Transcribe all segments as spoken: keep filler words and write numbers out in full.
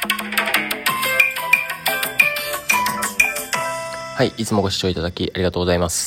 はい、いつもご視聴いただきありがとうございます。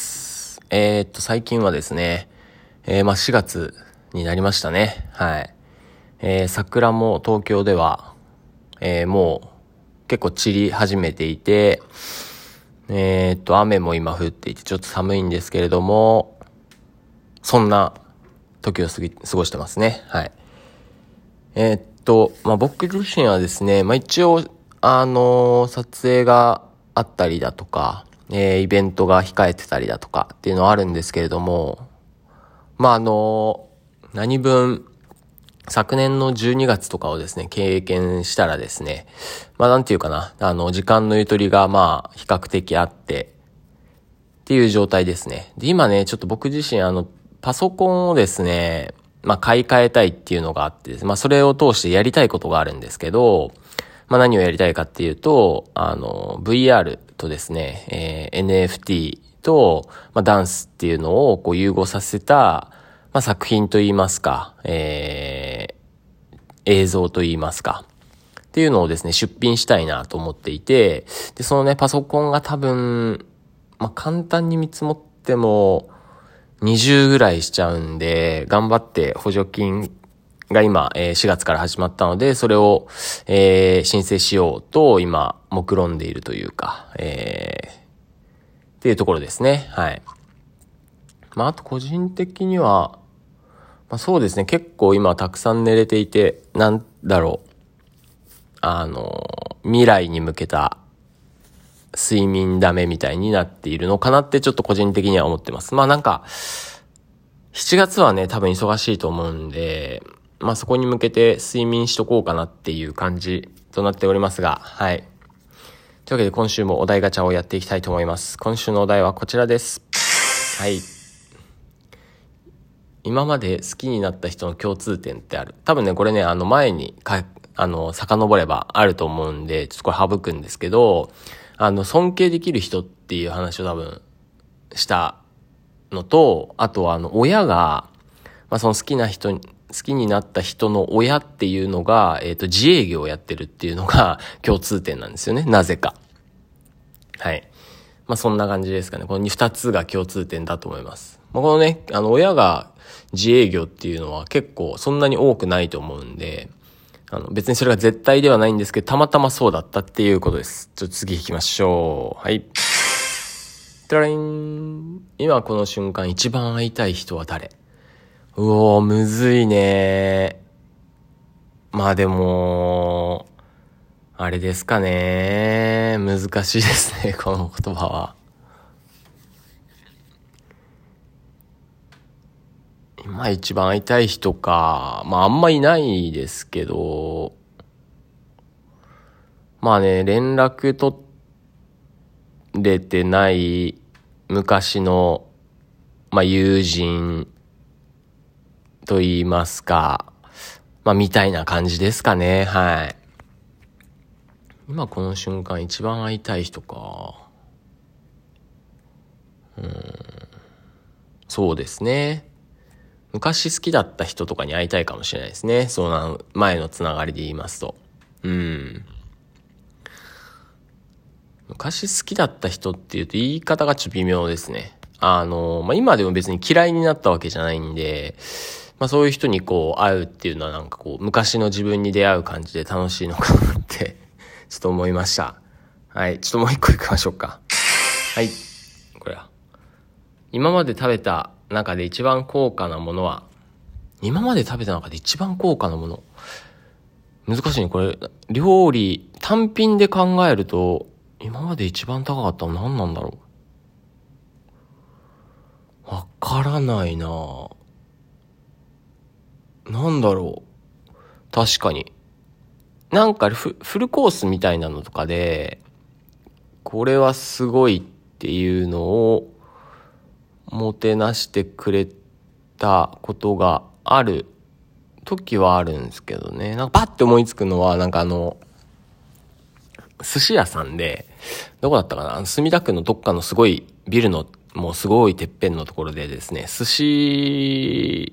えー、っと、最近はですね、えー、まあ、しがつになりましたね。はい。えー、桜も東京では、えー、もう結構散り始めていて、えー、っと、雨も今降っていてちょっと寒いんですけれども、そんな時を過ぎ、過ごしてますね。はい。えー、っと、まあ、僕自身はですね、まあ、一応、あのー、撮影があったりだとか、えー、イベントが控えてたりだとかっていうのはあるんですけれども、まあ、あのー、何分、昨年のじゅうにがつとかをですね、経験したらですね、まあ、なんていうかな、あの、時間のゆとりがまあ、比較的あって、っていう状態ですね。で、今ね、ちょっと僕自身あの、パソコンをですね、まあ、買い替えたいっていうのがあってですね、まあ、それを通してやりたいことがあるんですけど、まあ、何をやりたいかっていうと、あの、ブイアール とですね、えー、エヌエフティー と、まあ、ダンスっていうのをこう融合させた、まあ、作品といいますか、えー、映像といいますか、っていうのをですね、出品したいなと思っていて、で、そのね、パソコンが多分、まあ、簡単に見積もっても、にじゅうぐらいしちゃうんで、頑張って補助金が今、えー、しがつから始まったので、それを、えー、申請しようと今、目論んでいるというか、えー、っていうところですね。はい。まあ、あと個人的には、まあそうですね、結構今たくさん寝れていて、なんだろう、あの、未来に向けた睡眠ダメみたいになっているのかなってちょっと個人的には思ってます。まあなんか、しちがつはね、多分忙しいと思うんで、まあそこに向けて睡眠しとこうかなっていう感じとなっておりますが、はい。というわけで今週もお題ガチャをやっていきたいと思います。今週のお題はこちらです。はい。今まで好きになった人の共通点ってある。多分ね、これね、あの前にか、あの、遡ればあると思うんで、ちょっとこれ省くんですけど、あの、尊敬できる人っていう話を多分したのと、あとはあの、親が、まあ、その好きな人に、好きになった人の親っていうのが、えっと、自営業をやってるっていうのが共通点なんですよね。なぜか。はい。まあ、そんな感じですかね。この二つが共通点だと思います。まあ、このね、あの、親が自営業っていうのは結構そんなに多くないと思うんで、あの、別にそれが絶対ではないんですけど、たまたまそうだったっていうことです。ちょっと次行きましょう。はい。トラリン。今この瞬間一番会いたい人は誰？うおー、むずいね。まあでも、あれですかね。難しいですね、この言葉は。今一番会いたい人か。まああんまいないですけど、まあね、連絡取れてない昔の、まあ友人と言いますか、まあみたいな感じですかね。はい。今この瞬間一番会いたい人か。うーん。そうですね。昔好きだった人とかに会いたいかもしれないですね。そうな前のつながりで言いますと。うん。昔好きだった人っていうと言い方がちょっと微妙ですね。あの、まあ、今でも別に嫌いになったわけじゃないんで、まあ、そういう人にこう会うっていうのはなんかこう昔の自分に出会う感じで楽しいのかなってちょっと思いました。はい。ちょっともう一個行きましょうか。はい。これは。今まで食べた中で一番高価なものは、今まで食べた中で一番高価なもの。難しいね。これ、料理、単品で考えると、今まで一番高かったの何なんだろう。わからないな。なんだろう。確かに。なんかフ、フルコースみたいなのとかで、これはすごいっていうのを、もてなしてくれたことがある時はあるんですけどね。なんかパッて思いつくのは、なんかあの、寿司屋さんで、どこだったかな、墨田区のどっかのすごいビルの、もうすごいてっぺんのところでですね、寿司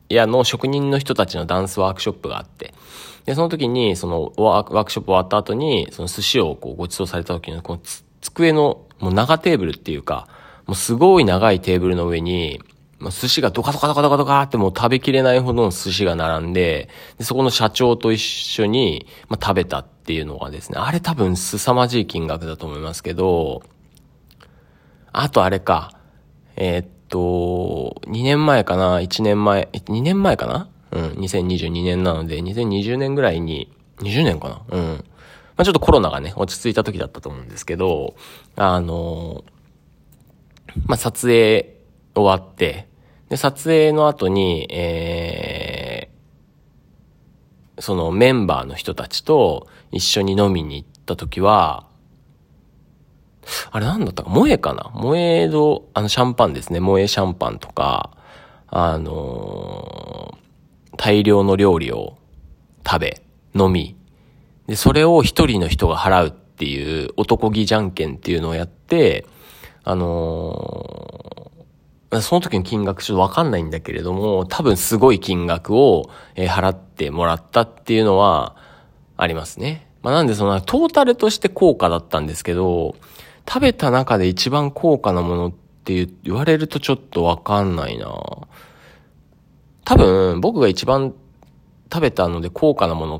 屋の職人の人たちのダンスワークショップがあって、で、その時に、そのワークショップ終わった後に、その寿司をこうご馳走された時の、この机のもう長テーブルっていうか、もうすごい長いテーブルの上に、まあ、寿司がドカドカドカドカドカってもう食べきれないほどの寿司が並んで、でそこの社長と一緒に、まあ、食べたっていうのがですね、あれ多分凄まじい金額だと思いますけど、あとあれか、えー、っと、にねんまえかな ?いち 年前、にねんまえかなうん、にせんにじゅうにねんなので、にせんにじゅうねんぐらいに、にじゅうねんかなうん。まあ、ちょっとコロナがね、落ち着いた時だったと思うんですけど、あの、まあ、撮影終わって、で、撮影の後に、えー、そのメンバーの人たちと一緒に飲みに行った時は、あれなんだったか、萌えかな萌えの、あのシャンパンですね。萌えシャンパンとか、あのー、大量の料理を食べ、飲み、で、それを一人の人が払うっていう男気じゃんけんっていうのをやって、あのー、その時の金額ちょっとわかんないんだけれども、多分すごい金額を、えー、払ってもらったっていうのはありますね。まあ、なんでそのトータルとして高価だったんですけど、食べた中で一番高価なものって言われるとちょっとわかんないな。多分僕が一番食べたので高価なものって、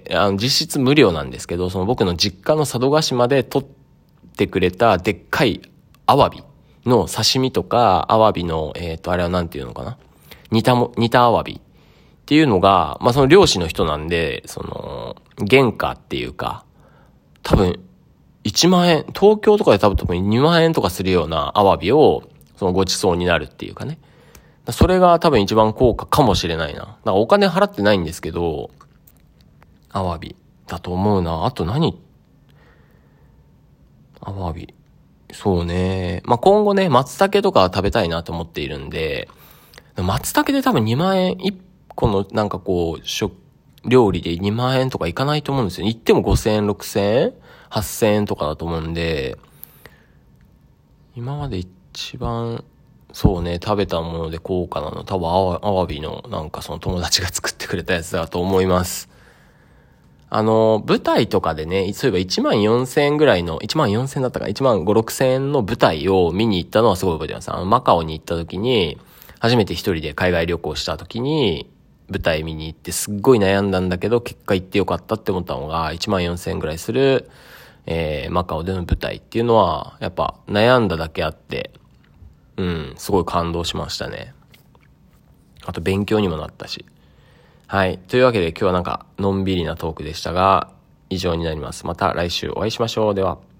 あの実質無料なんですけど、その僕の実家の佐渡島で取ってくれたでっかいアワビの刺身とか、アワビの、えっと、あれはなんていうのかな煮たも、煮たアワビっていうのが、まあその漁師の人なんで、その、原価っていうか、多分、いちまんえん、東京とかで多分にまんえんとかするようなアワビを、そのご馳走になるっていうかね。それが多分一番高価かもしれないな。だからお金払ってないんですけど、アワビだと思うな。あと何アワビ。そうね。まあ、今後ね、松茸とかは食べたいなと思っているんで、松茸で多分にまんえん、いっこのなんかこう、食、料理でにまんえんとかいかないと思うんですよ。行ってもごせんえん、ろくせんえん ?はっせんえんとかだと思うんで、今まで一番、そうね、食べたもので高価なの、多分アワ、アワビのなんかその友達が作ってくれたやつだと思います。あの、舞台とかでね、そういえばいちまんよんせんえんぐらいの、いちまんよんせんだったかいちまんご、ろくせんえんの舞台を見に行ったのはすごい覚えてます。あの、マカオに行った時に、初めて一人で海外旅行した時に、舞台見に行ってすっごい悩んだんだけど、結果行ってよかったって思ったのが、いちまんよんせんえんぐらいする、えー、マカオでの舞台っていうのは、やっぱ悩んだだけあって、うん、すごい感動しましたね。あと勉強にもなったし。はい。というわけで今日はなんか、のんびりなトークでしたが、以上になります。また来週お会いしましょう。では。